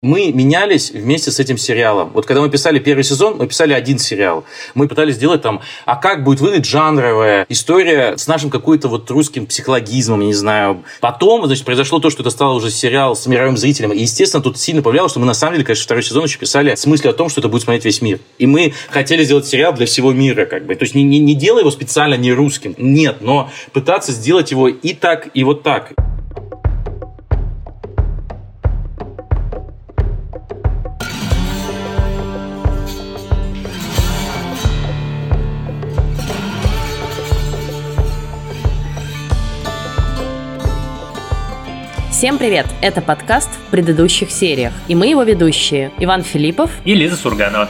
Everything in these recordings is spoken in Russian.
Мы менялись вместе с этим сериалом. Вот когда мы писали первый сезон, мы писали один сериал. Мы пытались сделать там, а как будет выглядеть жанровая история с нашим какой-то вот русским психологизмом, я не знаю. Потом, значит, произошло то, что это стало уже сериал с мировым зрителем. И, естественно, тут сильно повлияло, что мы на самом деле, конечно, второй сезон еще писали с мыслью о том, что это будет смотреть весь мир. И мы хотели сделать сериал для всего мира, как бы. То есть не делая его специально не русским. Нет, но пытаться сделать его и так, и вот так. Всем привет! Это подкаст в предыдущих сериях, и мы его ведущие Иван Филиппов и Лиза Сурганова.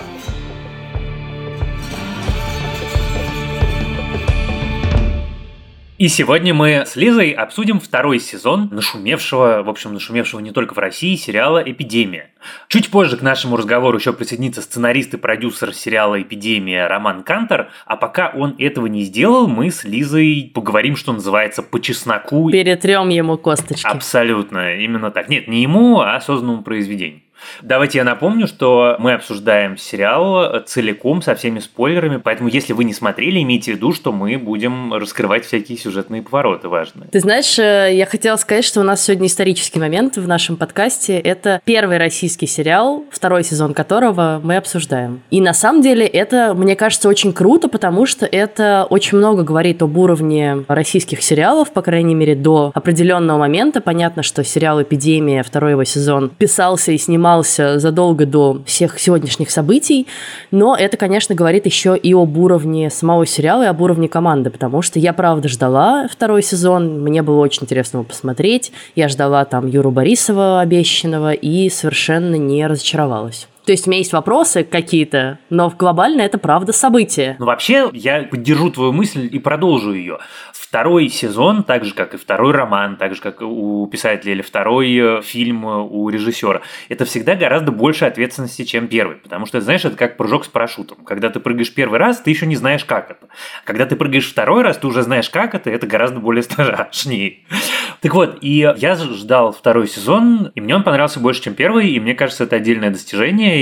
И сегодня мы с Лизой обсудим второй сезон нашумевшего не только в России, сериала «Эпидемия». Чуть позже к нашему разговору еще присоединится сценарист и продюсер сериала «Эпидемия» Роман Кантор, а пока он этого не сделал, мы с Лизой поговорим, что называется, по чесноку. Перетрем ему косточки. Абсолютно, именно так. Нет, не ему, а созданному произведению. Давайте я напомню, что мы обсуждаем сериал целиком, со всеми спойлерами, поэтому если вы не смотрели, имейте в виду, что мы будем раскрывать всякие сюжетные повороты важные. Ты знаешь, я хотела сказать, что у нас сегодня исторический момент в нашем подкасте. Это первый российский сериал, второй сезон которого мы обсуждаем. И на самом деле это, мне кажется, очень круто, потому что это очень много говорит об уровне российских сериалов, по крайней мере, до определенного момента. Понятно, что сериал «Эпидемия», второй его сезон, писался и снимался задолго до всех сегодняшних событий, но это, конечно, говорит еще и об уровне самого сериала и об уровне команды, потому что я, правда, ждала второй сезон, мне было очень интересно его посмотреть, я ждала там Юру Борисова обещанного и совершенно не разочаровалась. То есть у меня есть вопросы какие-то, но глобально это правда событие. Ну, вообще, я поддержу твою мысль и продолжу ее. Второй сезон, так же, как и второй роман, так же, как у писателя или второй фильм у режиссера, это всегда гораздо больше ответственности, чем первый. Потому что, знаешь, это как прыжок с парашютом. Когда ты прыгаешь первый раз, ты еще не знаешь, как это. Когда ты прыгаешь второй раз, ты уже знаешь, как это гораздо более страшнее. Так вот, и я ждал второй сезон, и мне он понравился больше, чем первый, и мне кажется, это отдельное достижение,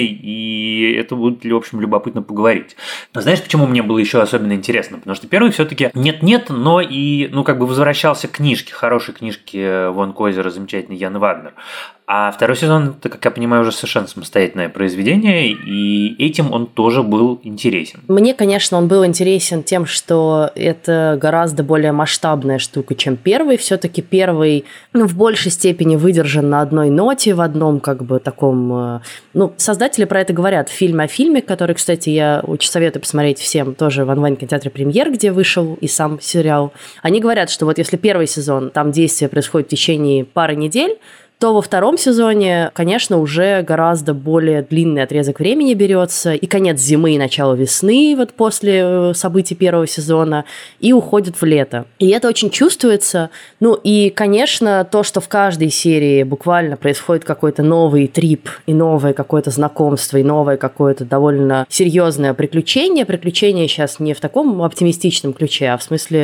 и это будет, в общем, любопытно поговорить. Но знаешь, почему мне было еще особенно интересно? Потому что первый все-таки нет-нет, но и, возвращался к книжке, хорошей книжке Вон Койзера, замечательной Яны Вагнер. А второй сезон, это, как я понимаю, уже совершенно самостоятельное произведение, и этим он тоже был интересен. Мне, конечно, он был интересен тем, что это гораздо более масштабная штука, чем первый. Все-таки первый, в большей степени выдержан на одной ноте, в одном таком... создатели про это говорят в фильме о фильме, который, кстати, я очень советую посмотреть всем, тоже в онлайн-кинотеатре «Премьер», где вышел и сам сериал. Они говорят, что вот если первый сезон, там действие происходит в течение пары недель, то во втором сезоне, конечно, уже гораздо более длинный отрезок времени берется, и конец зимы, и начало весны, вот после событий первого сезона, и уходит в лето. И это очень чувствуется. И, конечно, то, что в каждой серии буквально происходит какой-то новый трип, и новое какое-то знакомство, и новое какое-то довольно серьезное приключение. Приключение сейчас не в таком оптимистичном ключе, а в смысле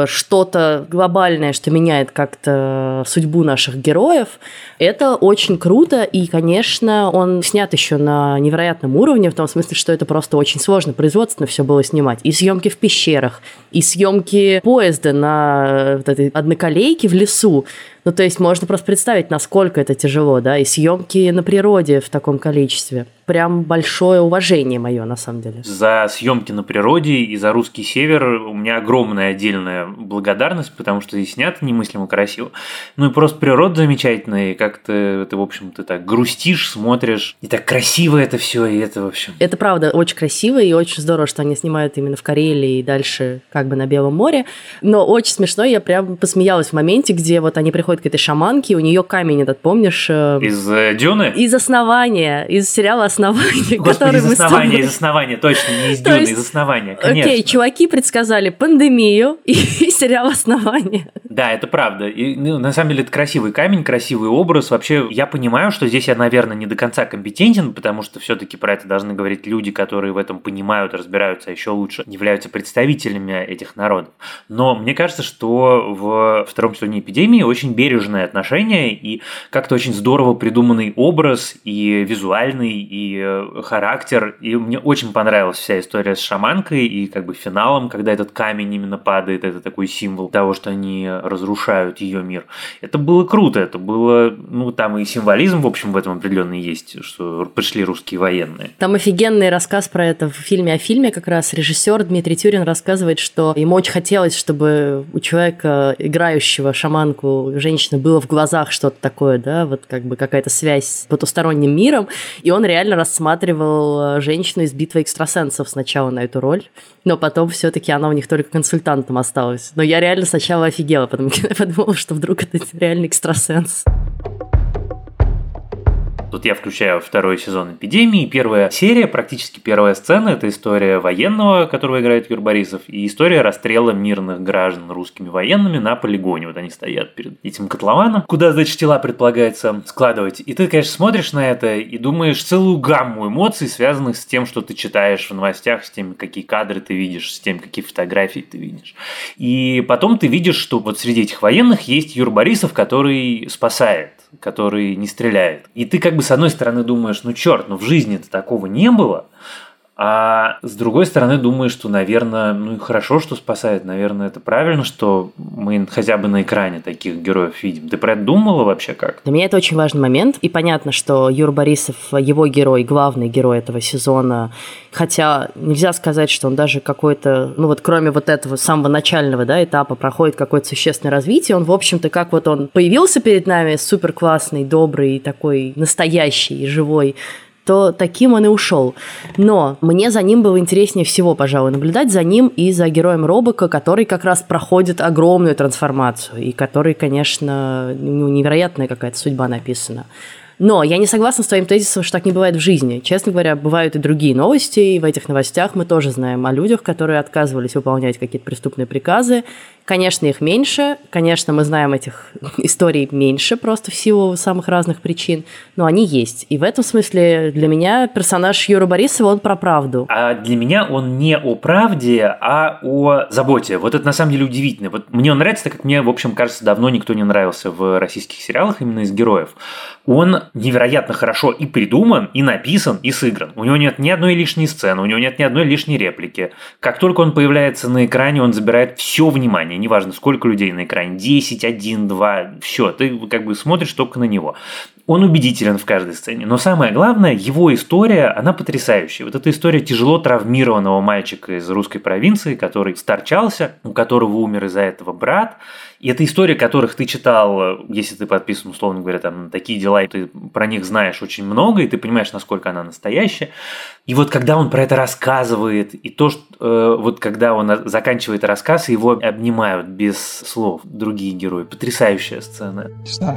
что-то глобальное, что меняет как-то судьбу наших героев. Это очень круто, и, конечно, он снят еще на невероятном уровне, в том смысле, что это просто очень сложно производственно все было снимать. И съемки в пещерах, и съемки поезда на вот этой одноколейке в лесу. То есть можно просто представить, насколько это тяжело, да, и съемки на природе в таком количестве. Прям большое уважение мое, на самом деле. За съемки на природе и за русский север у меня огромная отдельная благодарность, потому что здесь снято немыслимо красиво. И просто природа замечательная, и как-то ты, в общем, ты так грустишь, смотришь, и так красиво это все, и это, в общем... Это правда очень красиво, и очень здорово, что они снимают именно в Карелии и дальше на Белом море. Но очень смешно, я прям посмеялась в моменте, где вот они приходят к этой шаманке, у нее камень этот, помнишь? Из «Дюны»? Из «Основания», из сериала «Основание», Господи, из «Основания», точно, не из «Дюны», из «Основания», конечно. Окей, чуваки предсказали пандемию и сериал «Основание». Да, это правда. И, на самом деле, это красивый камень, красивый образ. Вообще, я понимаю, что здесь я, наверное, не до конца компетентен, потому что все-таки про это должны говорить люди, которые в этом понимают, разбираются, а еще лучше являются представителями этих народов. Но мне кажется, что в втором сезоне «Эпидемии» очень бережное отношение и как-то очень здорово придуманный образ и визуальный, и характер. И мне очень понравилась вся история с шаманкой и как бы финалом, когда этот камень именно падает, это такой символ того, что они разрушают ее мир. Это было круто, это было, ну, там и символизм, в общем, в этом определенный есть, что пришли русские военные. Там офигенный рассказ про это в фильме о фильме, как раз режиссер Дмитрий Тюрин рассказывает, что ему очень хотелось, чтобы у человека, играющего шаманку, женщины, было в глазах что-то такое, да, вот как бы какая-то связь с потусторонним миром, и он реально рассматривал женщину из «Битвы экстрасенсов» сначала на эту роль, но потом все-таки она у них только консультантом осталась. Но я реально сначала офигела, потому что я подумала, что вдруг это реально экстрасенс. Тут я включаю второй сезон «Эпидемии». Первая серия, практически первая сцена – это история военного, которого играет Юр Борисов, и история расстрела мирных граждан русскими военными на полигоне. Вот они стоят перед этим котлованом, куда, значит, тела предполагается складывать. И ты, конечно, смотришь на это и думаешь целую гамму эмоций, связанных с тем, что ты читаешь в новостях, с тем, какие кадры ты видишь, с тем, какие фотографии ты видишь. И потом ты видишь, что вот среди этих военных есть Юр Борисов, который спасает, который не стреляет. И ты как бы с одной стороны думаешь, ну черт, ну в жизни-то такого не было, а с другой стороны думаешь, что, наверное, ну и хорошо, что спасает, наверное, это правильно, что мы хотя бы на экране таких героев видим. Ты про это думала вообще как? Для меня это очень важный момент, и понятно, что Юра Борисов, его герой, главный герой этого сезона, хотя нельзя сказать, что он даже какой-то, ну вот кроме вот этого самого начального, да, этапа проходит какое-то существенное развитие, он, в общем-то, как вот он появился перед нами, супер классный, добрый, такой настоящий, живой, то таким он и ушел. Но мне за ним было интереснее всего, пожалуй, наблюдать за ним и за героем Робока, который как раз проходит огромную трансформацию, и который, конечно, невероятная какая-то судьба написана. Но я не согласна с твоим тезисом, что так не бывает в жизни. Честно говоря, бывают и другие новости, и в этих новостях мы тоже знаем о людях, которые отказывались выполнять какие-то преступные приказы. Конечно, их меньше, конечно, мы знаем этих историй меньше, просто в силу самых разных причин, но они есть. И в этом смысле для меня персонаж Юры Борисова, он про правду. А для меня он не о правде, а о заботе. Вот это на самом деле удивительно. Вот мне он нравится, так как мне, в общем, кажется, давно никто не нравился в российских сериалах именно из героев. Он невероятно хорошо и придуман, и написан, и сыгран. У него нет ни одной лишней сцены, у него нет ни одной лишней реплики. Как только он появляется на экране, он забирает все внимание. Неважно, сколько людей на экране, 10, 1, 2, все, ты как бы смотришь только на него. Он убедителен в каждой сцене. Но самое главное, его история, она потрясающая. Вот эта история тяжело травмированного мальчика из русской провинции, который сторчался, у которого умер из-за этого брат. И это история, которых ты читал, если ты подписан, условно говоря, там, на такие дела, и ты про них знаешь очень много, и ты понимаешь, насколько она настоящая. И вот когда он про это рассказывает, и то, что вот когда он заканчивает рассказ, его обнимают без слов другие герои. Потрясающая сцена. Не знаю.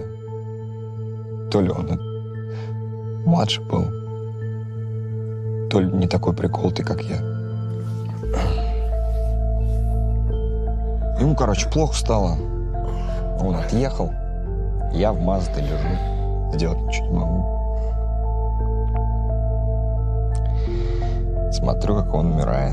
То ли он младше был, то ли не такой приколотый, как я. Ему, короче, плохо стало. Он отъехал. Я в Мазде лежу. Сделать ничего не могу. Смотрю, как он умирает.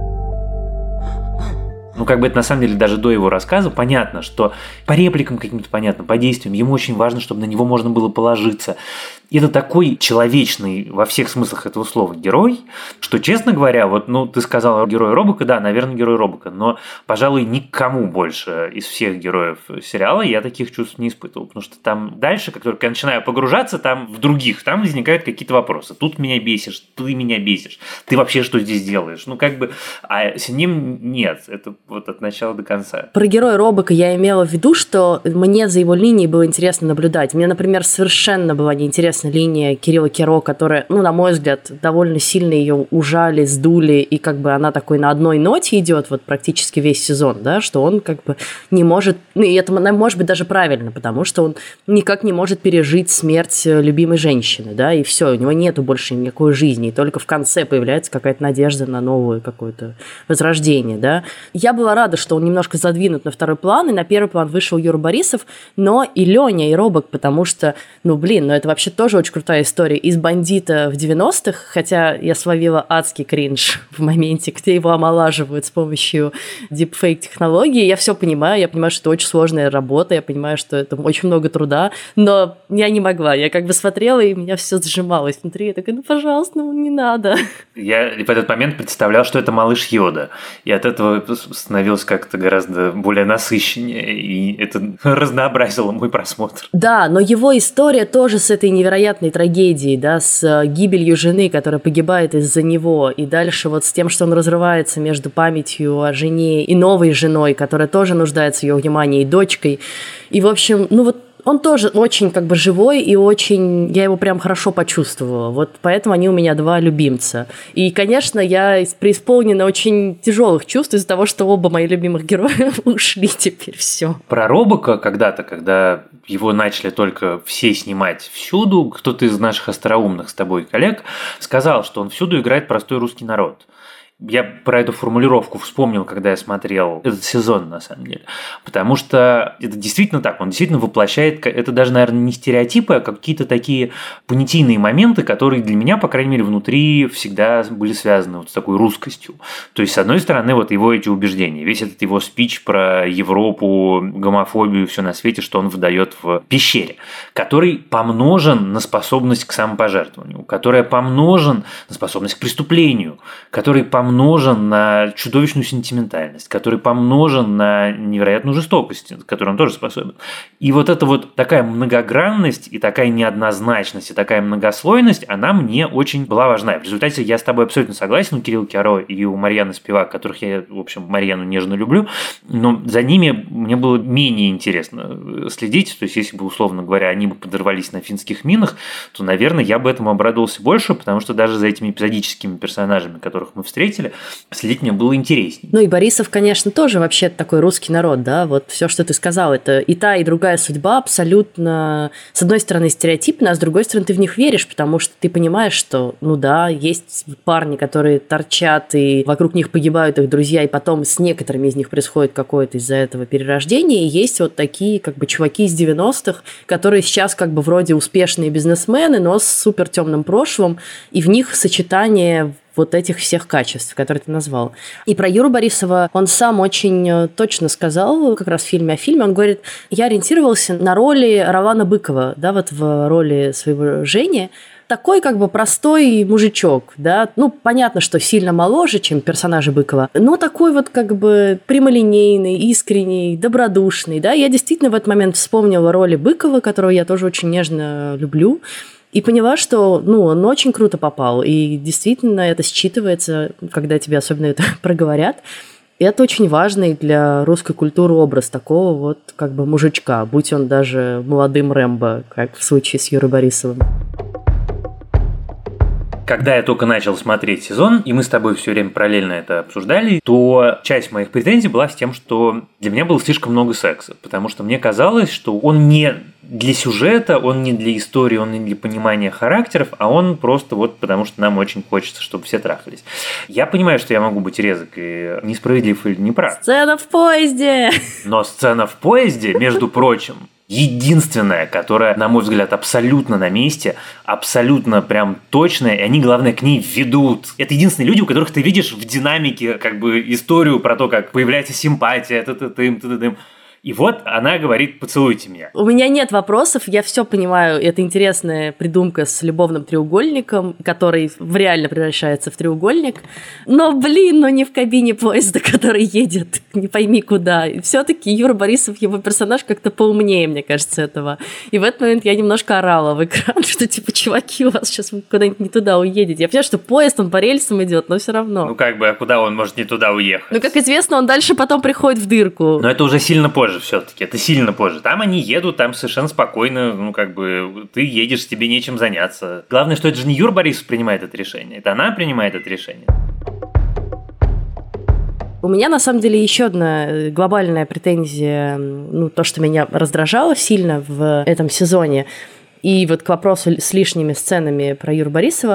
Ну, как бы это на самом деле даже до его рассказа понятно, что по репликам каким-то понятно, по действиям, ему очень важно, чтобы на него можно было положиться. И это такой человечный во всех смыслах этого слова герой, что, честно говоря, вот, ну, ты сказал герой Робока, да, наверное, герой Робока, но, пожалуй, никому больше из всех героев сериала я таких чувств не испытывал, потому что там дальше, как только я начинаю погружаться, там в других, там возникают какие-то вопросы. Тут меня бесишь, ты меня бесишь, ты вообще что здесь делаешь? Ну, как бы, а с ним нет, это вот от начала до конца. Про героя Робока я имела в виду, что мне за его линией было интересно наблюдать. Мне, например, совершенно была неинтересна линия Кирилла Киро, которая, ну, на мой взгляд, довольно сильно ее ужали, сдули, и как бы она такой на одной ноте идет вот практически весь сезон, да, что он как бы не может, ну, и это может быть даже правильно, потому что он никак не может пережить смерть любимой женщины, да, и все, у него нету больше никакой жизни, и только в конце появляется какая-то надежда на новое какое-то возрождение, да. Я была рада, что он немножко задвинут на второй план, и на первый план вышел Юра Борисов, но и Леня, и Робок, потому что, это вообще тоже очень крутая история. Из «Бандита» в 90-х, хотя я словила адский кринж в моменте, где его омолаживают с помощью дипфейк-технологии, я все понимаю, я понимаю, что это очень сложная работа, я понимаю, что это очень много труда, но я не могла, я как бы смотрела, и меня все сжималось внутри, я такая, пожалуйста, не надо. Я в этот момент представлял, что это малыш Йода, и от этого становилось как-то гораздо более насыщеннее, и это разнообразило мой просмотр. Да, но его история тоже с этой невероятной трагедией, да, с гибелью жены, которая погибает из-за него, и дальше вот с тем, что он разрывается между памятью о жене и новой женой, которая тоже нуждается в ее внимании, и дочкой. И, в общем, он тоже очень как бы живой и очень... Я его прям хорошо почувствовала. Вот поэтому они у меня два любимца. И, конечно, я преисполнена очень тяжелых чувств из-за того, что оба мои любимых героя ушли теперь, все. Про Робока когда-то, когда его начали только все снимать всюду, кто-то из наших остроумных с тобой коллег сказал, что он всюду играет простой русский народ. Я про эту формулировку вспомнил, когда я смотрел этот сезон, на самом деле. Потому что это действительно так. Он действительно воплощает, это даже, наверное, не стереотипы, а какие-то такие понятийные моменты, которые для меня, по крайней мере, внутри всегда были связаны вот с такой русскостью. То есть, с одной стороны, вот его эти убеждения, весь этот его спич про Европу, гомофобию, все на свете, что он выдает в пещере, который помножен на способность к самопожертвованию, который помножен на способность к преступлению, который помножен на чудовищную сентиментальность, который помножен на невероятную жестокость, к которой он тоже способен. И вот эта вот такая многогранность и такая неоднозначность, и такая многослойность, она мне очень была важна. В результате я с тобой абсолютно согласен, у Кирилла Киаро и у Марьяны Спивак, которых я, в общем, Марьяну нежно люблю, но за ними мне было менее интересно следить. То есть, если бы, условно говоря, они бы подорвались на финских минах, то, наверное, я бы этому обрадовался больше, потому что даже за этими эпизодическими персонажами, которых мы встретили, следить мне было интереснее. И Борисов, конечно, тоже вообще такой русский народ, да, вот все, что ты сказал, это и та, и другая судьба абсолютно, с одной стороны, стереотипна, а с другой стороны, ты в них веришь, потому что ты понимаешь, что, есть парни, которые торчат, и вокруг них погибают их друзья, и потом с некоторыми из них происходит какое-то из-за этого перерождение, и есть вот такие, как бы, чуваки из 90-х, которые сейчас, как бы, вроде успешные бизнесмены, но с супер темным прошлым, и в них сочетание вот этих всех качеств, которые ты назвал. И про Юру Борисова он сам очень точно сказал, как раз в фильме о фильме, он говорит, я ориентировался на роли Равана Быкова, да, вот в роли своего Жени, такой как бы простой мужичок, да, понятно, что сильно моложе, чем персонажи Быкова, но такой вот как бы прямолинейный, искренний, добродушный, да, я действительно в этот момент вспомнила роли Быкова, которого я тоже очень нежно люблю, и поняла, что, он очень круто попал, и действительно это считывается, когда тебе особенно это проговорят. И это очень важный для русской культуры образ такого вот как бы мужичка, будь он даже молодым Рэмбо, как в случае с Юрой Борисовым. Когда я только начал смотреть сезон, и мы с тобой все время параллельно это обсуждали, то часть моих претензий была с тем, что для меня было слишком много секса, потому что мне казалось, что он не для сюжета, он не для истории, он не для понимания характеров, а он просто вот потому, что нам очень хочется, чтобы все трахались. Я понимаю, что я могу быть резок и несправедлив или неправ. Сцена в поезде! Но сцена в поезде, между прочим, единственная, которая, на мой взгляд, абсолютно на месте, абсолютно прям точная, и они, главное, к ней ведут. Это единственные люди, у которых ты видишь в динамике как бы историю про то, как появляется симпатия, ты-ты-тым. И вот она говорит: «Поцелуйте меня». У меня нет вопросов, я все понимаю. Это интересная придумка с любовным треугольником, который реально превращается в треугольник. Но, не в кабине поезда, который едет не пойми куда. И все-таки Юра Борисов, его персонаж, как-то поумнее, мне кажется, этого. И в этот момент я немножко орала в экран, что типа, чуваки, у вас сейчас куда-нибудь не туда уедете. Я понимаю, что поезд, он по рельсам идет, но все равно. А куда он может не туда уехать? Как известно, он дальше потом приходит в дырку. Но это уже сильно позже все-таки, это сильно позже. Там они едут, там совершенно спокойно, ты едешь, тебе нечем заняться. Главное, что это же не Юра Борисов принимает это решение, это она принимает это решение. У меня, на самом деле, еще одна глобальная претензия, то, что меня раздражало сильно в этом сезоне, и вот к вопросу с лишними сценами про Юру Борисова,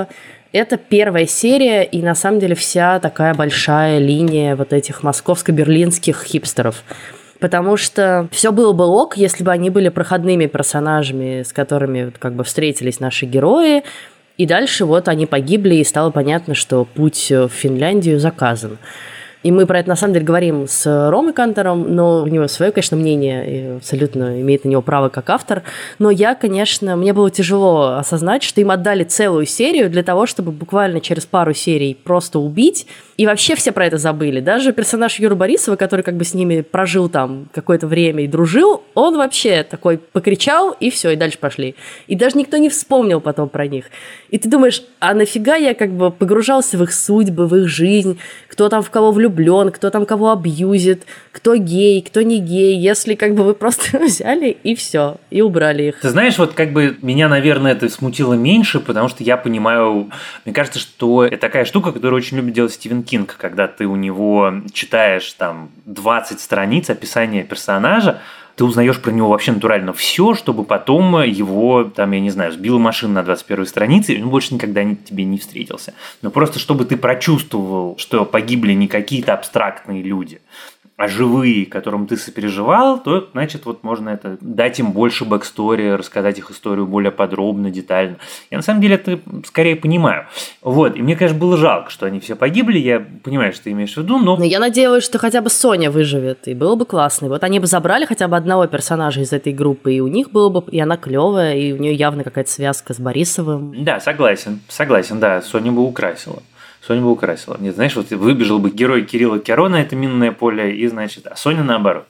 Это первая серия, и на самом деле вся такая большая линия вот этих московско-берлинских хипстеров. Потому что все было бы ок, если бы они были проходными персонажами, с которыми как бы встретились наши герои, и дальше вот они погибли, и стало понятно, что путь в Финляндию заказан. И мы про это, на самом деле, говорим с Ромой Кантором, но у него свое, конечно, мнение, и абсолютно имеет на него право как автор. Но я, конечно, мне было тяжело осознать, что им отдали целую серию для того, чтобы буквально через пару серий просто убить, и вообще все про это забыли. Даже персонаж Юры Борисова, который как бы с ними прожил там какое-то время и дружил, он вообще такой покричал, и все, и дальше пошли. И даже никто не вспомнил потом про них. И ты думаешь, а нафига я как бы погружался в их судьбы, в их жизнь, кто там в кого влюблен, кто там кого абьюзит, кто гей, кто не гей, если как бы вы просто взяли и все, и убрали их. Ты знаешь, вот как бы меня, наверное, это смутило меньше, потому что я понимаю, мне кажется, что это такая штука, которую очень любит делать Стивен Кинг, когда ты у него читаешь там 20 страниц описания персонажа, ты узнаешь про него вообще натурально все, чтобы потом его, там, я не знаю, сбила машина на 21-й странице, и он больше никогда тебе не встретился. Но просто чтобы ты прочувствовал, что погибли не какие-то абстрактные люди, а живые, которым ты сопереживал, то, значит, вот можно это дать им больше бэкстори, рассказать их историю более подробно, детально. Я на самом деле это скорее понимаю. Вот, и мне, конечно, было жалко, что они все погибли, я понимаю, что ты имеешь в виду, но... Но я надеялась, что хотя бы Соня выживет, и было бы классно. И вот они бы забрали хотя бы одного персонажа из этой группы, и у них было бы, и она клевая, и у нее явно какая-то связка с Борисовым. Да, согласен, да, Соня бы украсила. Нет, знаешь, вот выбежал бы герой Кирилла Кярона, это минное поле, и, значит, а Соня наоборот.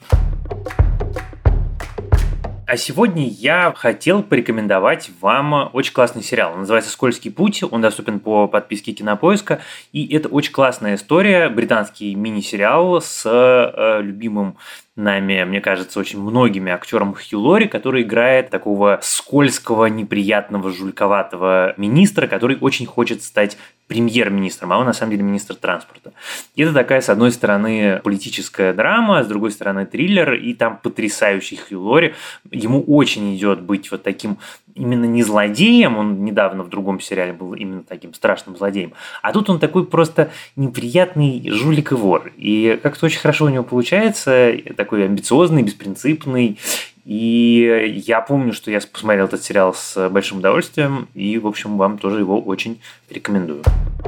А сегодня я хотел порекомендовать вам очень классный сериал. Он называется «Скользкий путь». Он доступен по подписке Кинопоиска. И это очень классная история. Британский мини-сериал с любимым нами, мне кажется, очень многими актером Хью Лори, который играет такого скользкого, неприятного, жульковатого министра, который очень хочет стать премьер-министром, а он на самом деле министр транспорта. И это такая, с одной стороны, политическая драма, а с другой стороны, триллер, и там потрясающий Хью Лори. Ему очень идет быть вот таким именно не злодеем, он недавно в другом сериале был именно таким страшным злодеем, а тут он такой просто неприятный жулик и вор. И как-то очень хорошо у него получается, такой амбициозный, беспринципный. И я помню, что я посмотрел этот сериал с большим удовольствием, и, в общем, вам тоже его очень рекомендую.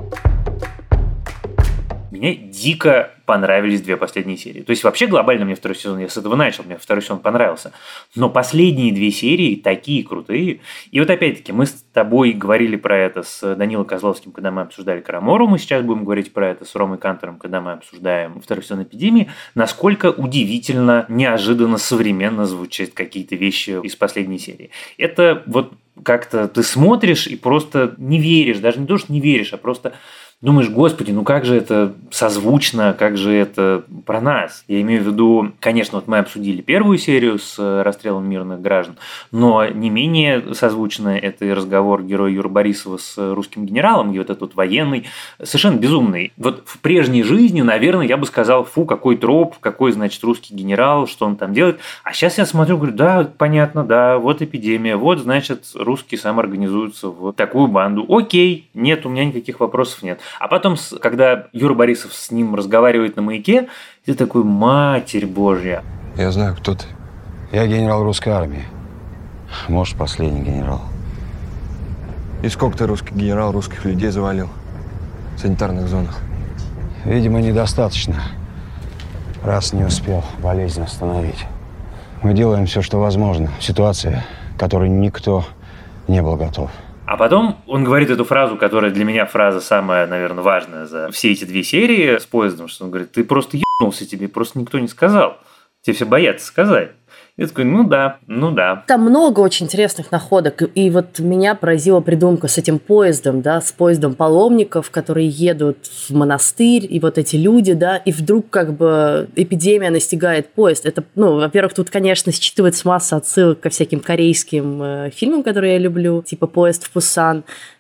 Мне дико понравились 2 последние серии. То есть, вообще, глобально мне второй сезон, я с этого начал, мне второй сезон понравился. Но последние 2 серии такие крутые. И вот опять-таки, мы с тобой говорили про это с Данилой Козловским, когда мы обсуждали Карамору. Мы сейчас будем говорить про это с Ромой Кантором, когда мы обсуждаем второй сезон «Эпидемии». Насколько удивительно, неожиданно, современно звучат какие-то вещи из последней серии. Это вот как-то ты смотришь и просто не веришь. Даже не то, что не веришь, а просто... думаешь, господи, ну как же это созвучно, как же это про нас? Я имею в виду, конечно, вот мы обсудили первую серию с расстрелом мирных граждан, но не менее созвучно это и разговор героя Юры Борисова с русским генералом, и вот этот вот военный, совершенно безумный. Вот в прежней жизни, наверное, я бы сказал, фу, какой троп, какой, значит, русский генерал, что он там делает. А сейчас я смотрю, говорю, да, понятно, да, вот эпидемия, вот, значит, русские самоорганизуются в такую банду. Окей, нет, у меня никаких вопросов нет. А потом, когда Юра Борисов с ним разговаривает на «Маяке», ты такой, Матерь Божья. Я знаю, кто ты. Я генерал русской армии. Может, последний генерал. И сколько ты, русский генерал, русских людей завалил в санитарных зонах? Видимо, недостаточно, раз не успел болезнь остановить. Мы делаем все, что возможно в ситуации, к которой никто не был готов. А потом он говорит эту фразу, которая для меня фраза самая, наверное, важная за все эти 2 серии с поездом, что он говорит, ты просто ебнулся, тебе просто никто не сказал. Тебе все боятся сказать. Я такой, ну да. Там много очень интересных находок. И вот меня поразила придумка с этим поездом, да, с поездом паломников, которые едут в монастырь, и вот эти люди, да, и вдруг как бы эпидемия настигает поезд. Это, ну, во-первых, тут, конечно, считывается масса отсылок ко всяким корейским фильмам, которые я люблю, типа «Поезд в Пусан».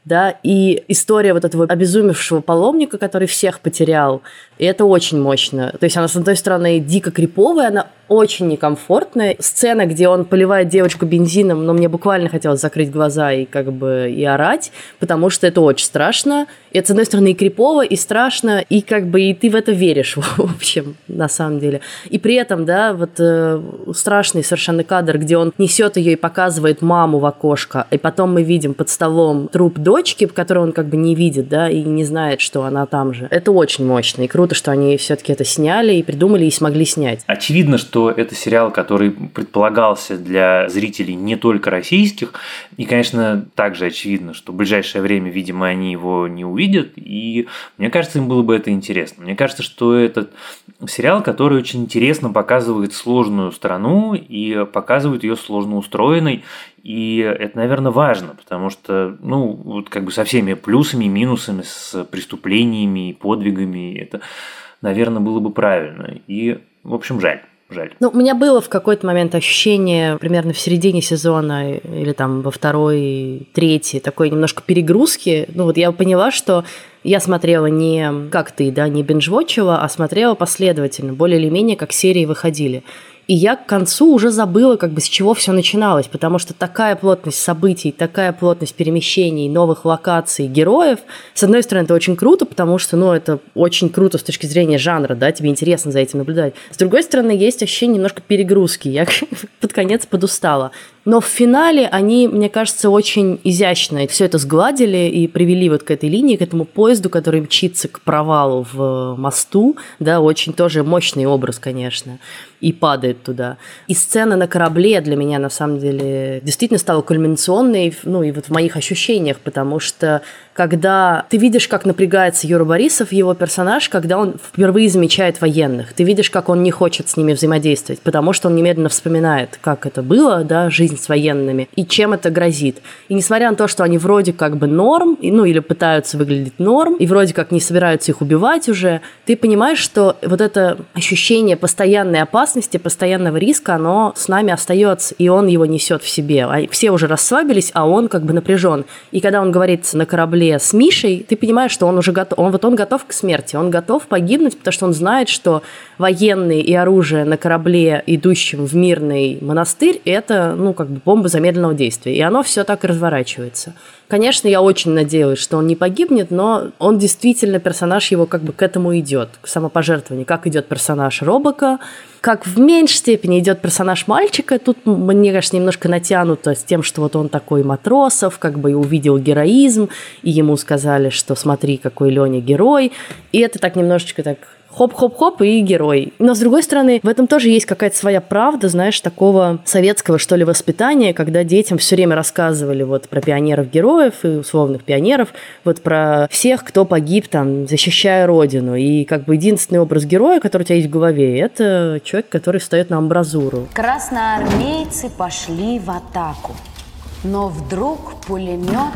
да, и история вот этого обезумевшего паломника, который всех потерял, и это очень мощно. То есть она, с одной стороны, дико криповая, она очень некомфортная. Сцена, где он поливает девочку бензином, но мне буквально хотелось закрыть глаза и как бы и орать, потому что это очень страшно. И это, с одной стороны, и крипово, и страшно, и как бы и ты в это веришь, в общем, на самом деле. И при этом, да, вот страшный совершенно кадр, где он несет ее и показывает маму в окошко, и потом мы видим под столом труп дочки, которую он как бы не видит, да, и не знает, что она там же. Это очень мощно, и круто, что они все-таки это сняли и придумали, и смогли снять. Очевидно, что это сериал, который предполагался для зрителей не только российских, и, конечно, также очевидно, что в ближайшее время, видимо, они его не увидят, и мне кажется, им было бы это интересно. Мне кажется, что этот сериал, который очень интересно показывает сложную страну и показывает ее сложно устроенной, и это, наверное, важно, потому что, ну, вот как бы со всеми плюсами, минусами, с преступлениями и подвигами, это, наверное, было бы правильно. И, в общем, жаль. Ну, у меня было в какой-то момент ощущение, примерно в середине сезона или там во второй, третьей, такой немножко перегрузки. Ну, вот я поняла, что я смотрела не как ты, да, не бинж-вотчила, а смотрела последовательно, более или менее, как серии выходили. И я к концу уже забыла, как бы с чего все начиналось, потому что такая плотность событий, такая плотность перемещений, новых локаций, героев, с одной стороны, это очень круто, потому что, ну, это очень круто с точки зрения жанра, да, тебе интересно за этим наблюдать. С другой стороны, есть ощущение немножко перегрузки, я под конец подустала. Но в финале они, мне кажется, очень изящно все это сгладили и привели вот к этой линии, к этому поезду, который мчится к провалу в мосту, да, очень тоже мощный образ, конечно, и падает туда. И сцена на корабле для меня, на самом деле, действительно стала кульминационной, ну, и вот в моих ощущениях, потому что когда ты видишь, как напрягается Юра Борисов, его персонаж, когда он впервые замечает военных, ты видишь, как он не хочет с ними взаимодействовать, потому что он немедленно вспоминает, как это было, да, жизнь с военными, и чем это грозит. И несмотря на то, что они вроде как бы норм, ну, или пытаются выглядеть норм, и вроде как не собираются их убивать уже, ты понимаешь, что вот это ощущение постоянной опасности, постоянного риска, оно с нами остается, и он его несет в себе. Все уже расслабились, а он как бы напряжен. И когда он говорит на корабле с Мишей, ты понимаешь, что он уже готов, он готов к смерти, он готов погибнуть, потому что он знает, что военные и оружие на корабле, идущем в мирный монастырь, это, ну, как бы бомба замедленного действия, и оно все так и разворачивается. Конечно, я очень надеялась, что он не погибнет, но он действительно, персонаж его как бы к этому идет, к самопожертвованию, как идет персонаж Робока, как в меньшей степени идет персонаж мальчика. Тут, мне кажется, немножко натянуто с тем, что вот он такой Матросов, как бы и увидел героизм, и ему сказали, что смотри, какой Леня герой, и это так немножечко так хоп-хоп-хоп и герой. Но, с другой стороны, в этом тоже есть какая-то своя правда, знаешь, такого советского, что ли, воспитания, когда детям все время рассказывали вот про пионеров-героев и условных пионеров, вот про всех, кто погиб там, защищая Родину. И как бы единственный образ героя, который у тебя есть в голове, это человек, который встает на амбразуру. Красноармейцы пошли в атаку, но вдруг пулемет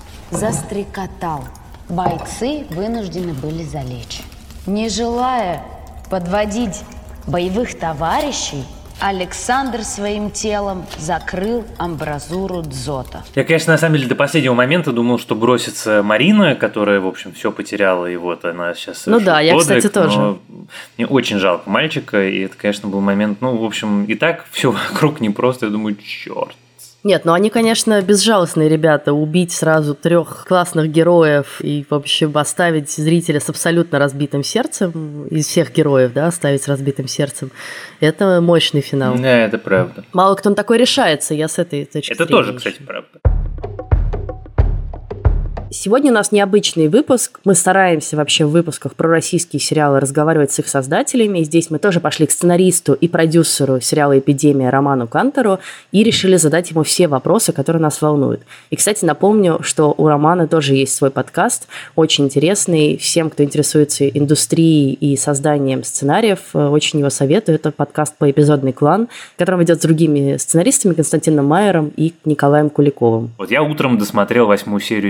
застрекотал. Бойцы вынуждены были залечь. Не желая подводить боевых товарищей, Александр своим телом закрыл амбразуру дзота. Я, конечно, на самом деле до последнего момента думал, что бросится Марина, которая, в общем, все потеряла, и вот она сейчас совершит подвиг, я, кстати, тоже. Но мне очень жалко мальчика, и это, конечно, был момент, ну, в общем, и так все вокруг непросто, я думаю, черт. Нет, ну они, конечно, безжалостные ребята. Убить сразу 3 классных героев и, в общем, оставить зрителя с абсолютно разбитым сердцем, из всех героев, да, оставить с разбитым сердцем, это мощный финал. Да, это правда. Мало кто на такой решается, я с этой точки зрения. Это тоже, кстати, правда. Сегодня у нас необычный выпуск. Мы стараемся вообще в выпусках про российские сериалы разговаривать с их создателями. И здесь мы тоже пошли к сценаристу и продюсеру сериала «Эпидемия» Роману Кантору и решили задать ему все вопросы, которые нас волнуют. И, кстати, напомню, что у Романа тоже есть свой подкаст, очень интересный. Всем, кто интересуется индустрией и созданием сценариев, очень его советую. Это подкаст «Поэпизодный клан», который он ведет с другими сценаристами, Константином Майером и Николаем Куликовым. Вот я утром досмотрел 8-ю серию «Эпидемии»,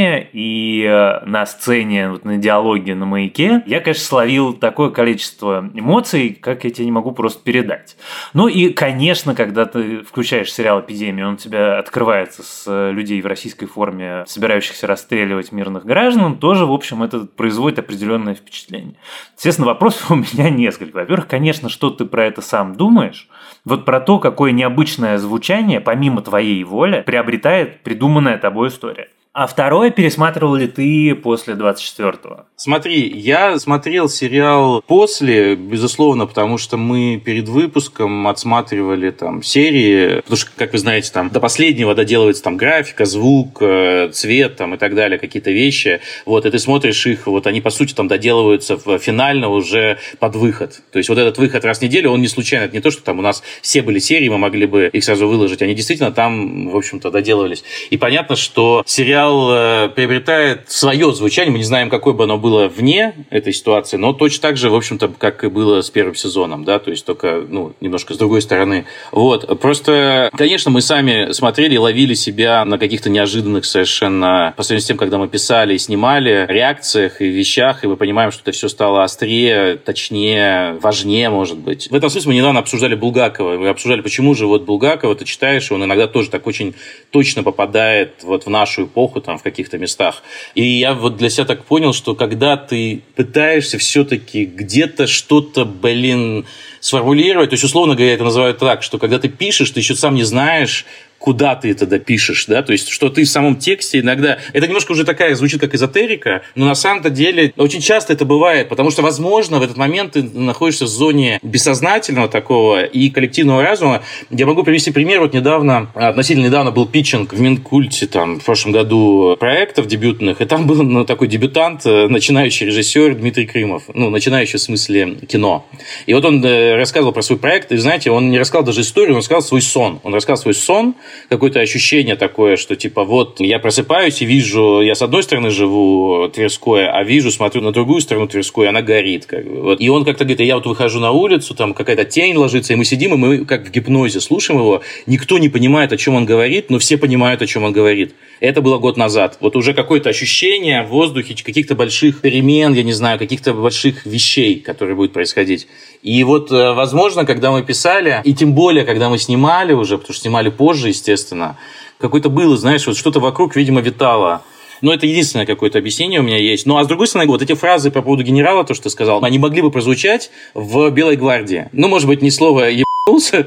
экране и на сцене, вот на диалоге на «Маяке», я, конечно, словил такое количество эмоций, как я тебе не могу просто передать. Ну и, конечно, когда ты включаешь сериал «Эпидемия», он у тебя открывается с людей в российской форме, собирающихся расстреливать мирных граждан, тоже, в общем, это производит определенное впечатление. Естественно, вопросов у меня несколько. Во-первых, конечно, что ты про это сам думаешь? Вот про то, какое необычное звучание, помимо твоей воли, приобретает придуманная тобой история. А второе, пересматривал ли ты после 24-го? Смотри, я смотрел сериал после, безусловно, потому что мы перед выпуском отсматривали там серии, потому что, как вы знаете, там до последнего доделывается там графика, звук, цвет там и так далее, какие-то вещи. Вот, и ты смотришь их, вот они, по сути, там доделываются финально уже под выход. То есть вот этот выход раз в неделю, он не случайно. Это не то, что там у нас все были серии, мы могли бы их сразу выложить. Они действительно там, в общем-то, доделывались. И понятно, что сериал приобретает свое звучание. Мы не знаем, какое бы оно было вне этой ситуации, но точно так же, в общем-то, как и было с первым сезоном, да, то есть только, немножко с другой стороны. Вот. Просто, конечно, мы сами смотрели и ловили себя на каких-то неожиданных совершенно, по сравнению с тем, когда мы писали и снимали, реакциях и вещах, и мы понимаем, что это все стало острее, точнее, важнее, может быть. В этом смысле мы недавно обсуждали Булгакова. Мы обсуждали, почему же вот Булгакова ты читаешь, и он иногда тоже так очень точно попадает вот в нашу эпоху, там, в каких-то местах. И я вот для себя так понял, что когда ты пытаешься все-таки где-то что-то, сформулировать, то есть, условно говоря, это называют так, что когда ты пишешь, ты еще сам не знаешь, куда ты это допишешь, да, то есть, что ты в самом тексте иногда... Это немножко уже такая, звучит как эзотерика, но на самом-то деле очень часто это бывает, потому что, возможно, в этот момент ты находишься в зоне бессознательного такого и коллективного разума. Я могу привести пример. Вот относительно недавно был питчинг в Минкульте, там, в прошлом году проектов дебютных, и там был такой дебютант, начинающий режиссер Дмитрий Крымов, начинающий в смысле кино. И вот он рассказывал про свой проект, и, знаете, он не рассказал даже историю, он рассказал свой сон. Он рассказал свой сон, какое-то ощущение такое, что типа вот я просыпаюсь и вижу, я с одной стороны живу Тверской, а смотрю на другую сторону Тверской, она горит. Как бы. Вот. И он как-то говорит, я вот выхожу на улицу, там какая-то тень ложится, и мы сидим, и мы как в гипнозе слушаем его. Никто не понимает, о чем он говорит, но все понимают, о чем он говорит. Это было год назад. Вот уже какое-то ощущение в воздухе, каких-то больших перемен, я не знаю, каких-то больших вещей, которые будут происходить. И вот, возможно, когда мы писали, и тем более, когда мы снимали уже, потому что снимали позже, естественно, какое-то было, знаешь, вот что-то вокруг, видимо, витало. Но это единственное какое-то объяснение у меня есть. Ну, а с другой стороны, вот эти фразы по поводу генерала, то, что ты сказал, они могли бы прозвучать в «Белой гвардии». Ну, может быть, не слово «ебанулся»,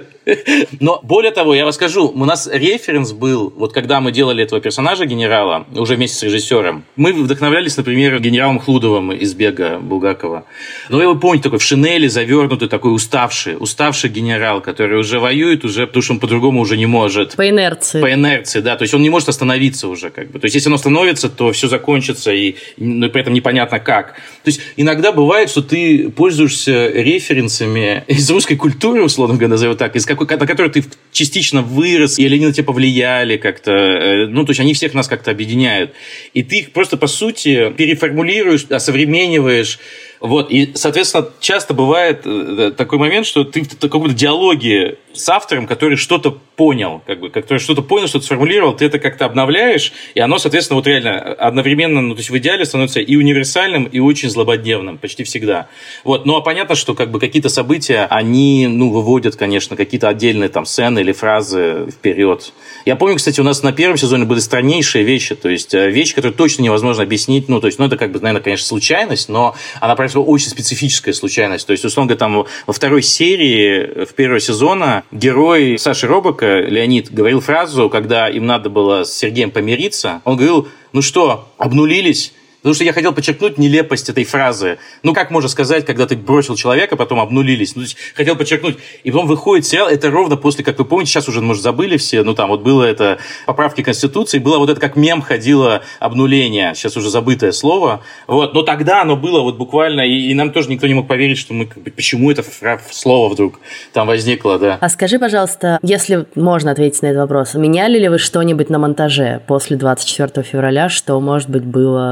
но более того, я расскажу, у нас референс был, вот когда мы делали этого персонажа генерала, уже вместе с режиссером, мы вдохновлялись, например, генералом Хлудовым из «Бега» Булгакова. Ну, вы помните, такой в шинели завернутый, такой уставший генерал, который уже воюет, уже, потому что он по-другому уже не может. По инерции. По инерции, да, то есть он не может остановиться уже, как бы. То есть если он остановится, то все закончится, и при этом непонятно как. То есть иногда бывает, что ты пользуешься референсами из русской культуры, условно говоря, назовем так, на которые ты частично вырос, или они на тебя повлияли как-то, то есть они всех нас как-то объединяют. И ты их просто, по сути, переформулируешь, осовремениваешь. Вот. И, соответственно, часто бывает такой момент, что ты в каком-то диалоге с автором, который что-то понял, что-то сформулировал, ты это как-то обновляешь, и оно, соответственно, вот реально одновременно, то есть в идеале становится и универсальным, и очень злободневным, почти всегда. Вот. Ну, а понятно, что как бы какие-то события, они, выводят, конечно, какие-то отдельные там сцены или фразы вперед. Я помню, кстати, у нас на первом сезоне были страннейшие вещи, то есть вещи, которые точно невозможно объяснить, это как бы, наверное, конечно, случайность, но она очень специфическая случайность. То есть, условно говоря, там во второй серии в первого сезона герой Саши Робока, Леонид, говорил фразу, когда им надо было с Сергеем помириться. Он говорил, обнулились? Потому что я хотел подчеркнуть нелепость этой фразы. Как можно сказать, когда ты бросил человека, потом обнулились? То есть, хотел подчеркнуть. И потом выходит сериал, это ровно после, как вы помните, сейчас уже, может, забыли все, вот было это поправки Конституции, было вот это, как мем ходило, обнуление, сейчас уже забытое слово. Вот. Но тогда оно было вот буквально, и нам тоже никто не мог поверить, что мы, почему это слово вдруг там возникло, да. А скажи, пожалуйста, если можно ответить на этот вопрос, меняли ли вы что-нибудь на монтаже после 24 февраля, что, может быть, было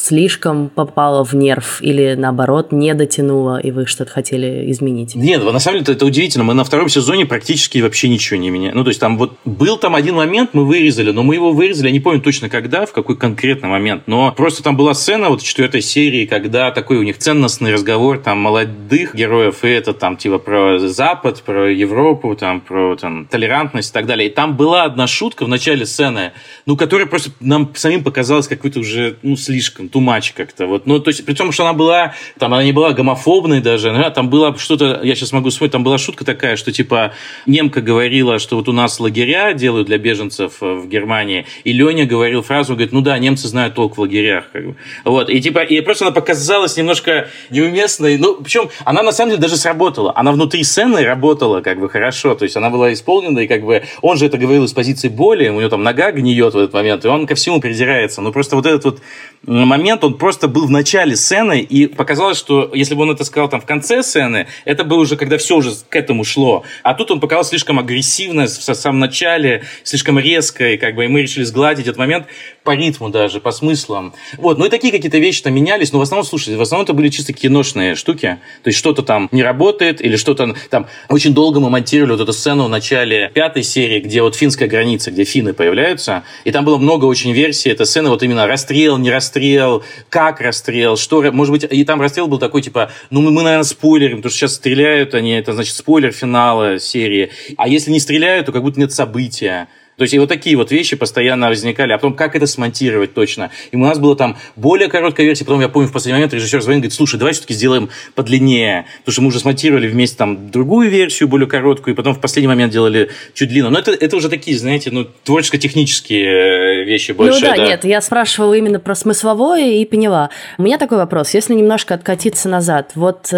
слишком попало в нерв или, наоборот, не дотянуло, и вы что-то хотели изменить? Нет, на самом деле это удивительно. Мы на втором сезоне практически вообще ничего не меняли. Ну, то есть там вот был там один момент, мы вырезали, но мы его вырезали, я не помню точно когда, в какой конкретный момент, но просто там была сцена вот в 4 серии, когда такой у них ценностный разговор там молодых героев, и это там типа про Запад, про Европу, там про там, толерантность и так далее. И там была одна шутка в начале сцены, ну, которая просто нам самим показалась какой-то уже, ну, слишком, too much как-то. Вот. Ну, то есть, при том, что она была, там, она не была гомофобной даже, но там было что-то, я сейчас могу вспомнить, там была шутка такая, что, типа, немка говорила, что вот у нас лагеря делают для беженцев в Германии, и Леня говорил фразу, говорит, ну да, немцы знают толк в лагерях. Как бы. Вот. И, типа, и просто она показалась немножко неуместной. Ну, причем она, на самом деле, даже сработала. Она внутри сцены работала, как бы, хорошо. То есть, она была исполнена, и, как бы, он же это говорил из позиции боли, у него там нога гниет в этот момент, и он ко всему придирается. Но просто вот этот вот момент, он просто был в начале сцены, и показалось, что если бы он это сказал там в конце сцены, это было уже, когда все уже к этому шло. А тут он показался слишком агрессивно в самом начале, слишком резко, и как бы и мы решили сгладить этот момент по ритму даже, по смыслам. Вот, ну и такие какие-то вещи там менялись, но в основном, слушайте, в основном это были чисто киношные штуки, то есть что-то там не работает, или что-то там... Очень долго мы монтировали вот эту сцену в начале 5 серии, где вот финская граница, где финны появляются, и там было много очень версий этой сцены, вот именно расстрел, не расстрел, как расстрел, что... Может быть, и там расстрел был такой, типа, ну мы наверное, спойлерим, потому что сейчас стреляют они, это значит спойлер финала серии, а если не стреляют, то как будто нет события. То есть и вот такие вот вещи постоянно возникали. А потом, как это смонтировать точно? И у нас была там более короткая версия. Потом, я помню, в последний момент режиссер звонит, говорит, слушай, давай все-таки сделаем подлиннее. Потому что мы уже смонтировали вместе там другую версию, более короткую, и потом в последний момент делали чуть длинную. Но это уже такие, знаете, ну, творческо-технические вещи больше. Ну да, нет, я спрашивала именно про смысловое и поняла. У меня такой вопрос. Если немножко откатиться назад. Вот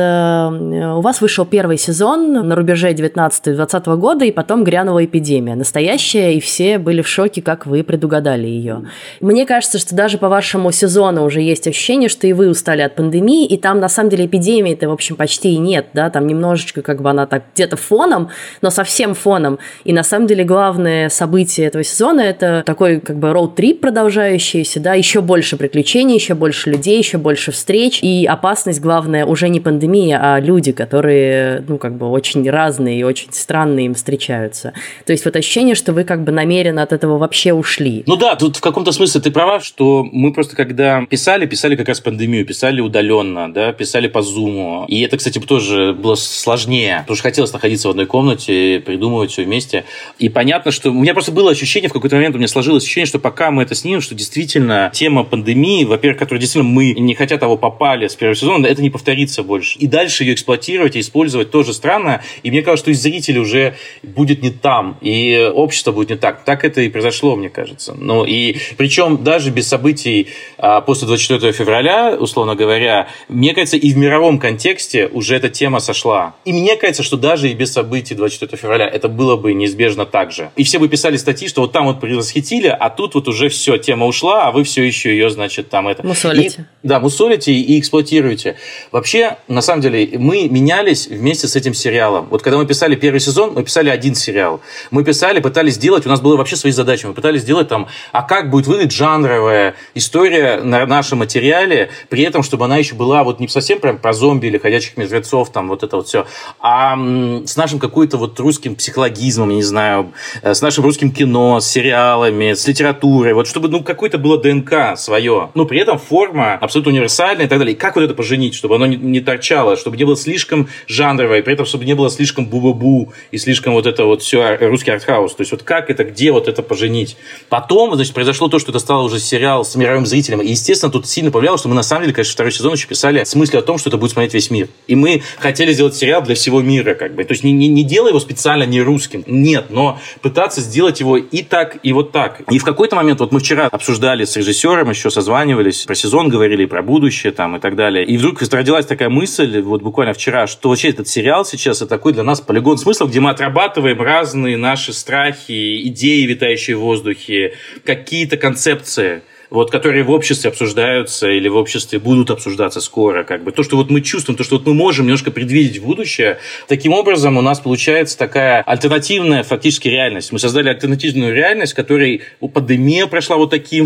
у вас вышел первый сезон на рубеже 19-20 года, и потом грянула эпидемия. Настоящая, и все были в шоке, как вы предугадали ее. Мне кажется, что даже по вашему сезону уже есть ощущение, что и вы устали от пандемии, и там, на самом деле, эпидемии-то, в общем, почти и нет, да, там немножечко как бы она так где-то фоном, но совсем фоном. И, на самом деле, главное событие этого сезона – это такой как бы роуд-трип продолжающийся, да, еще больше приключений, еще больше людей, еще больше встреч, и опасность, главное, уже не пандемия, а люди, которые, ну, как бы очень разные и очень странные им встречаются. То есть вот ощущение, что вы как бы намеренно от этого вообще ушли. Ну да, тут в каком-то смысле ты права, что мы просто когда писали как раз пандемию, писали удаленно, да, писали по Zoom. И это, кстати, тоже было сложнее, потому что хотелось находиться в одной комнате, придумывать все вместе. И понятно, что у меня просто было ощущение, в какой-то момент у меня сложилось ощущение, что пока мы это снимем, что действительно тема пандемии, во-первых, которая действительно мы, не хотя того, попали с первого сезона, это не повторится больше. И дальше ее эксплуатировать и использовать тоже странно. И мне кажется, что и зритель уже будет не там, и общество будет не так. Так это и произошло, мне кажется. Ну, и причем даже без событий после 24 февраля, условно говоря, мне кажется, и в мировом контексте уже эта тема сошла. И мне кажется, что даже и без событий 24 февраля это было бы неизбежно так же. И все бы писали статьи, что вот там вот предвосхитили, а тут вот уже все, тема ушла, а вы все еще ее, значит, там это... Мусолите. Да, мусолите и эксплуатируете. Вообще, на самом деле, мы менялись вместе с этим сериалом. Вот когда мы писали первый сезон, мы писали один сериал. Мы писали, пытались сделать, у нас было вообще свои задачи. Мы пытались сделать там, а как будет выглядеть жанровая история на нашем материале, при этом, чтобы она еще была вот не совсем прям про зомби или ходячих мертвецов, там вот это вот все, а с нашим какой-то вот русским психологизмом, я не знаю, с нашим русским кино, с сериалами, с литературой, вот чтобы, ну, какое-то было ДНК свое. Но при этом форма абсолютно универсальная и так далее. И как вот это поженить, чтобы оно не торчало, чтобы не было слишком жанровое, и при этом, чтобы не было слишком бу-бу-бу и слишком вот это вот все русский артхаус. То есть вот как это, где вот это поженить. Потом, значит, произошло то, что это стало уже сериал с мировым зрителем. И, естественно, тут сильно повлияло, что мы на самом деле, конечно, второй сезон еще писали с мыслью о том, что это будет смотреть весь мир. И мы хотели сделать сериал для всего мира, как бы. То есть не делая его специально не русским. Нет, но пытаться сделать его и так, и вот так. И в какой-то момент, вот мы вчера обсуждали с режиссером, еще созванивались, про сезон говорили, про будущее там и так далее. И вдруг родилась такая мысль, вот буквально вчера, что вообще этот сериал сейчас это такой для нас полигон смыслов, где мы отрабатываем разные наши страхи, идеи, витающие в воздухе, какие-то концепции, вот, которые в обществе обсуждаются или в обществе будут обсуждаться скоро. Как бы. То, что вот мы чувствуем, то, что вот мы можем немножко предвидеть в будущее. Таким образом, у нас получается такая альтернативная фактически реальность. Мы создали альтернативную реальность, в которой пандемия прошла вот таким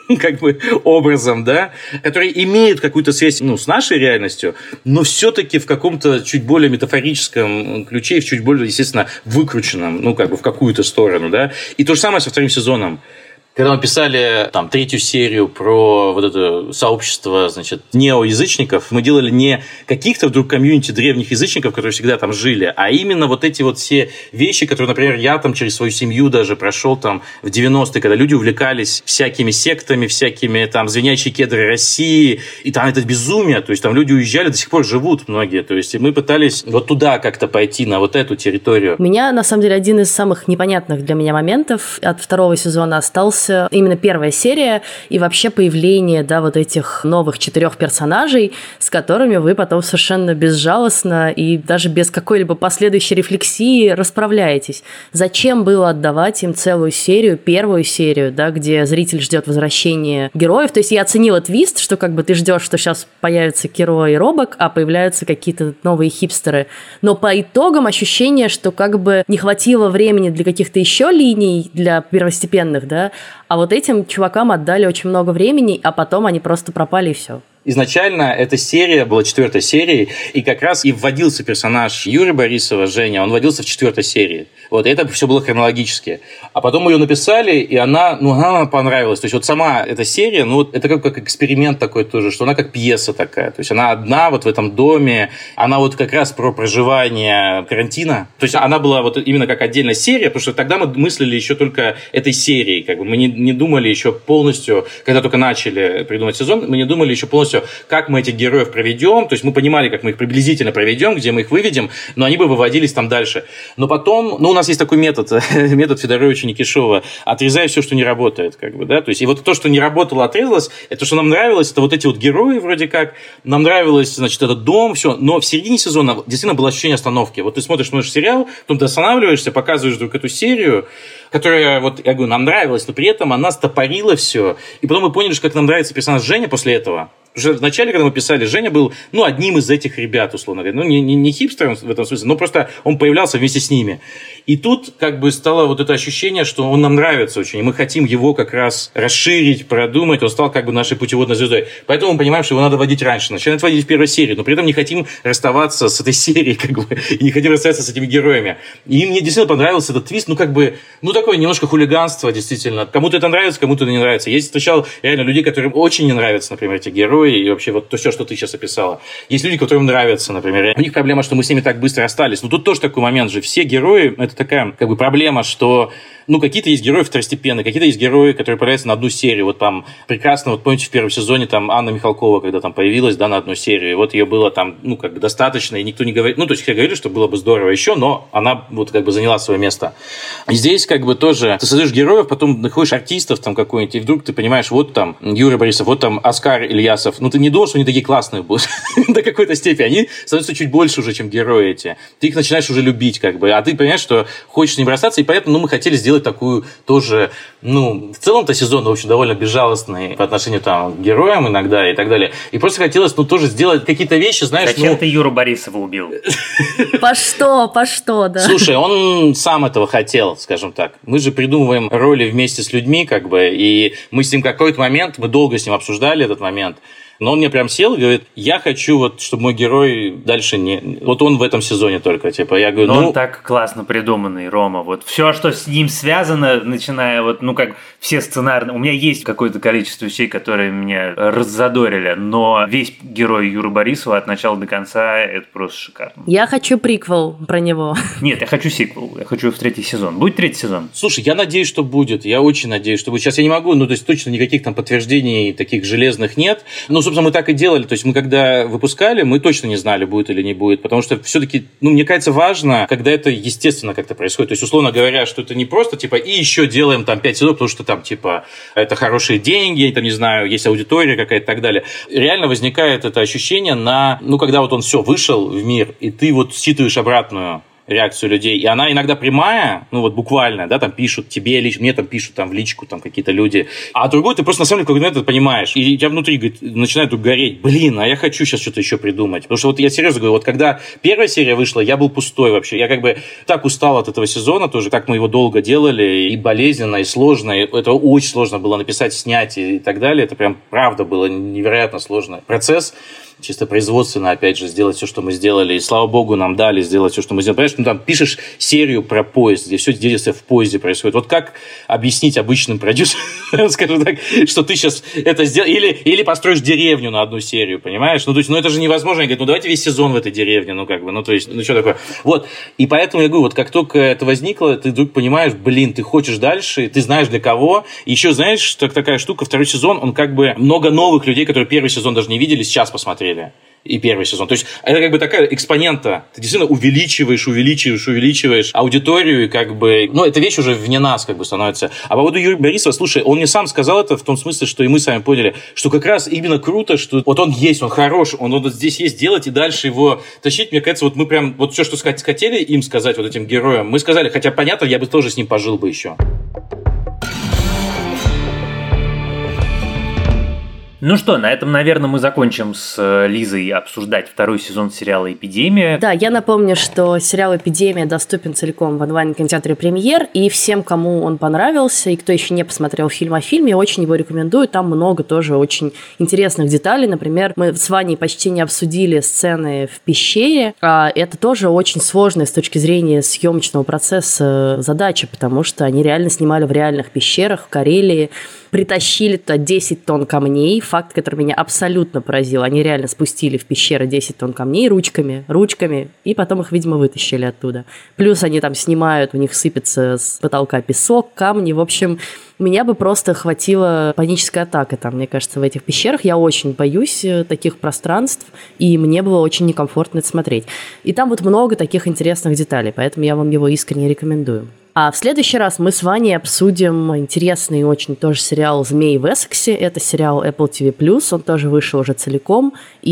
как бы образом, да, которые имеют какую-то связь, ну, с нашей реальностью, но все-таки в каком-то чуть более метафорическом ключе, в чуть более, естественно, выкрученном, ну, как бы в какую-то сторону, да. И то же самое со вторым сезоном. Когда мы писали там 3-ю серию про вот это сообщество, значит, неоязычников, мы делали не каких-то вдруг комьюнити древних язычников, которые всегда там жили, а именно вот эти вот все вещи, которые, например, я там через свою семью даже прошел там в 90-е, когда люди увлекались всякими сектами, всякими там звенящие кедры России, и там это безумие, то есть там люди уезжали, до сих пор живут многие, то есть мы пытались вот туда как-то пойти, на вот эту территорию. У меня, на самом деле, один из самых непонятных для меня моментов от второго сезона остался именно первая серия и вообще появление, да, вот этих новых 4 персонажей, с которыми вы потом совершенно безжалостно и даже без какой-либо последующей рефлексии расправляетесь. Зачем было отдавать им целую серию, первую серию, да, где зритель ждет возвращения героев? То есть я оценила твист, что как бы ты ждешь, что сейчас появится Киро и Робок, а появляются какие-то новые хипстеры. Но по итогам ощущение, что как бы не хватило времени для каких-то еще линий, для первостепенных, да, а вот этим чувакам отдали очень много времени, а потом они просто пропали, и все. Изначально эта серия была 4-й серией, и как раз и вводился персонаж Юрия Борисова, Женя, он вводился в 4-й серии. Вот, и это все было хронологически. А потом мы ее написали, и она понравилась. То есть вот сама эта серия, ну, вот это как эксперимент такой тоже, что она как пьеса такая. То есть она одна вот в этом доме, она вот как раз про проживание карантина. То есть она была вот именно как отдельная серия, потому что тогда мы мыслили еще только этой серией. Как бы мы не думали еще полностью, когда только начали придумать сезон, мы не думали еще полностью, как мы этих героев проведем. То есть мы понимали, как мы их приблизительно проведем, где мы их выведем, но они бы выводились там дальше. Но потом, ну, у нас есть такой метод Федоровича Никишова, отрезай все, что не работает, как бы, да, то есть и вот то, что не работало, отрезалось, это что нам нравилось, это вот эти вот герои вроде как, нам нравилось, значит, этот дом, все, но в середине сезона действительно было ощущение остановки. Вот ты смотришь наш сериал, потом ты останавливаешься, показываешь вдруг эту серию, которая, вот, я говорю, нам нравилась, но при этом она стопорила все, и потом мы поняли, что как нам нравится персонаж Женя после этого. Уже в начале, когда мы писали, Женя был, ну, одним из этих ребят, условно говоря. Ну, не хипстером в этом смысле, но просто он появлялся вместе с ними. И тут как бы стало вот это ощущение, что он нам нравится очень, и мы хотим его как раз расширить, продумать. Он стал как бы нашей путеводной звездой. Поэтому мы понимаем, что его надо вводить раньше. Начинаем вводить в первой серии, но при этом не хотим расставаться с этой серией, как бы, и не хотим расставаться с этими героями. И мне действительно понравился этот твист, ну, как бы, ну, такое немножко хулиганство, действительно. Кому-то это нравится, кому-то это не нравится. Я встречал реально людей, которым очень не нравятся, например, эти герои, и вообще вот то все, что ты сейчас описала. Есть люди, которым нравится, например. У них проблема, что мы с ними так быстро расстались. Но тут тоже такой момент же. Все герои, это такая как бы проблема, что ну, какие-то есть герои второстепенные, какие-то есть герои, которые появляются на одну серию. Вот там прекрасно, вот помните, в первом сезоне там Анна Михалкова, когда там появилась, да, на одну серию, и вот ее было там, ну, как бы достаточно, и никто не говорит, ну, то есть все говорили, что было бы здорово еще, но она вот как бы заняла свое место. И здесь как бы тоже ты создаешь героев, потом находишь артистов там какой-нибудь, и вдруг ты понимаешь, вот там Юрий Борисов, вот там Оскар Ильясов, ну, ты не думал, что они такие классные будут до какой-то степени, они становятся чуть больше уже, чем герои эти. Ты их начинаешь уже любить, как бы, а ты понимаешь, что хочешь с ним расстаться, и поэтому, ну, мы хотели сделать такую тоже, ну, в целом-то сезон, в общем, довольно безжалостный по отношению там к героям иногда и так далее. И просто хотелось, ну, тоже сделать какие-то вещи, знаешь, зачем ты Юру Борисова убил? По что, да? Слушай, он сам этого хотел, скажем так. Мы же придумываем роли вместе с людьми, как бы, и мы с ним какой-то момент, мы долго с ним обсуждали этот момент, но он мне прям сел и говорит, я хочу вот, чтобы мой герой дальше не... Вот он в этом сезоне только, типа, я говорю, но он так классно придуманный, Рома. Вот все, что с ним связано, начиная вот, ну, как все сценарные... У меня есть какое-то количество вещей, которые меня раззадорили, но весь герой Юры Борисова от начала до конца, это просто шикарно. Я хочу приквел про него. Нет, я хочу сиквел, я хочу в 3-й сезон. Будет 3-й сезон? Слушай, я надеюсь, что будет. Я очень надеюсь, что будет. Сейчас я не могу, ну, то есть точно никаких там подтверждений таких железных нет. Ну, собственно, мы так и делали. То есть мы когда выпускали, мы точно не знали, будет или не будет. Потому что все-таки, ну, мне кажется, важно, когда это естественно как-то происходит. То есть, условно говоря, что это не просто, типа, и еще делаем там 5 сезонов, потому что там, типа, это хорошие деньги, я там не знаю, есть аудитория какая-то и так далее. Реально возникает это ощущение на, ну, когда вот он все вышел в мир, и ты вот считываешь обратную реакцию людей, и она иногда прямая, ну вот буквально, да, там пишут тебе лично, мне там пишут там в личку там какие-то люди, а другой ты просто на самом деле в какой-то момент это понимаешь, и у тебя внутри, говорит, начинает вдруг гореть, блин, а я хочу сейчас что-то еще придумать, потому что вот я серьезно говорю, вот когда первая серия вышла, я был пустой вообще, я как бы так устал от этого сезона тоже, так мы его долго делали, и болезненно, и сложно, и это очень сложно было написать, снять и так далее, это прям правда было невероятно сложный процесс, чисто производственно, опять же, сделать все, что мы сделали. И слава богу, нам дали сделать все, что мы сделали. Понимаешь, ну там пишешь серию про поезд, где все действие в поезде происходит. Вот как объяснить обычным продюсерам, скажем так, что ты сейчас это сделал, или построишь деревню на одну серию, понимаешь? Ну, то есть, ну, это же невозможно. Они говорят, ну, давайте весь сезон в этой деревне, ну, как бы, ну, то есть, ну, что такое? Вот. И поэтому я говорю, вот как только это возникло, ты вдруг понимаешь, блин, ты хочешь дальше, ты знаешь для кого. И еще, знаешь, такая штука, второй сезон, он как бы много новых людей, которые первый сезон даже не видели, сейчас посмотрели. И первый сезон. То есть, это как бы такая экспонента. Ты действительно увеличиваешь аудиторию, и как бы... Ну, эта вещь уже вне нас как бы становится. А по поводу Юрия Борисова, слушай, он мне сам сказал это в том смысле, что и мы сами поняли, что как раз именно круто, что вот он есть, он хорош, он вот здесь есть делать, и дальше его тащить. Мне кажется, вот мы прям... Вот все, что хотели им сказать, вот этим героям, мы сказали, хотя, понятно, я бы тоже с ним пожил бы еще. Ну что, на этом, наверное, мы закончим с Лизой обсуждать второй сезон сериала «Эпидемия». Да, я напомню, что сериал «Эпидемия» доступен целиком в онлайн-кинотеатре «Премьер», и всем, кому он понравился, и кто еще не посмотрел фильм о фильме, очень его рекомендую. Там много тоже очень интересных деталей. Например, мы с Ваней почти не обсудили сцены в пещере. Это тоже очень сложная с точки зрения съемочного процесса задача, потому что они реально снимали в реальных пещерах в Карелии, притащили туда 10 тонн камней, факт, который меня абсолютно поразил. Они реально спустили в пещеры 10 тонн камней ручками, и потом их, видимо, вытащили оттуда. Плюс они там снимают, у них сыпется с потолка песок, камни. В общем, меня бы просто хватила паническая атака там, мне кажется, в этих пещерах. Я очень боюсь таких пространств, и мне было очень некомфортно это смотреть. И там вот много таких интересных деталей, поэтому я вам его искренне рекомендую. А в следующий раз мы с Ваней обсудим интересный очень тоже сериал «Змей в Эссексе». Это сериал Apple TV+, он тоже вышел уже целиком,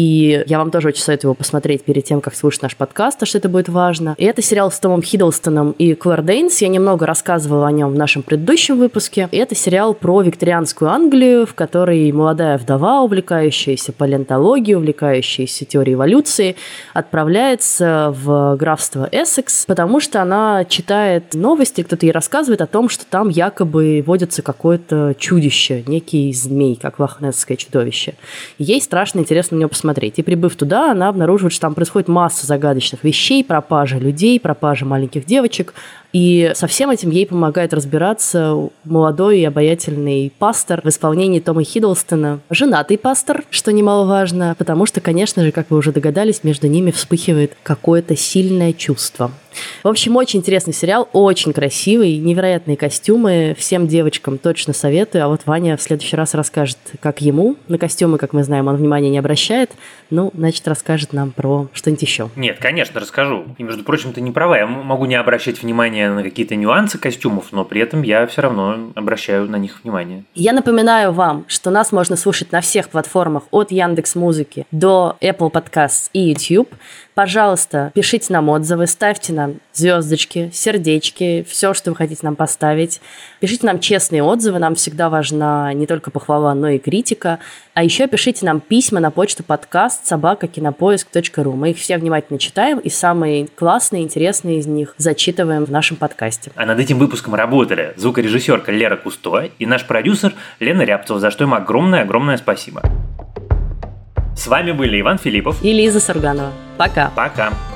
и я вам тоже очень советую его посмотреть перед тем, как слушать наш подкаст, потому что это будет важно. И это сериал с Томом Хиддлстоном и Клэр Дейнс. Я немного рассказывала о нем в нашем предыдущем выпуске. И это сериал про викторианскую Англию, в которой молодая вдова, увлекающаяся палеонтологией, увлекающаяся теорией эволюции, отправляется в графство Эссекс, потому что она читает новости, кто-то ей рассказывает о том, что там якобы водится какое-то чудище, некий змей, как лохнесское чудовище. Ей страшно интересно на него посмотреть. И прибыв туда, она обнаруживает, что там происходит масса загадочных вещей, пропажа людей, пропажа маленьких девочек. И со всем этим ей помогает разбираться молодой и обаятельный пастор в исполнении Тома Хиддлстона. Женатый пастор, что немаловажно, потому что, конечно же, как вы уже догадались, между ними вспыхивает какое-то сильное чувство. В общем, очень интересный сериал, очень красивый, невероятные костюмы. Всем девочкам точно советую. А вот Ваня в следующий раз расскажет, как ему. На костюмы, как мы знаем, он внимания не обращает. Ну, значит, расскажет нам про что-нибудь еще. Нет, конечно, расскажу. И, между прочим, ты не права. Я могу не обращать внимания на какие-то нюансы костюмов, но при этом я все равно обращаю на них внимание. Я напоминаю вам, что нас можно слушать на всех платформах от Яндекс.Музыки до Apple Podcasts и YouTube. Пожалуйста, пишите нам отзывы, ставьте нам звездочки, сердечки, все, что вы хотите нам поставить. Пишите нам честные отзывы, нам всегда важна не только похвала, но и критика. А еще пишите нам письма на почту podcast@kinopoisk.ru. Мы их все внимательно читаем, и самые классные, интересные из них зачитываем в нашем подкасте. А над этим выпуском работали звукорежиссерка Лера Кусто и наш продюсер Лена Рябцева, за что им огромное-огромное спасибо. С вами были Иван Филиппов и Лиза Сурганова. Пока. Пока.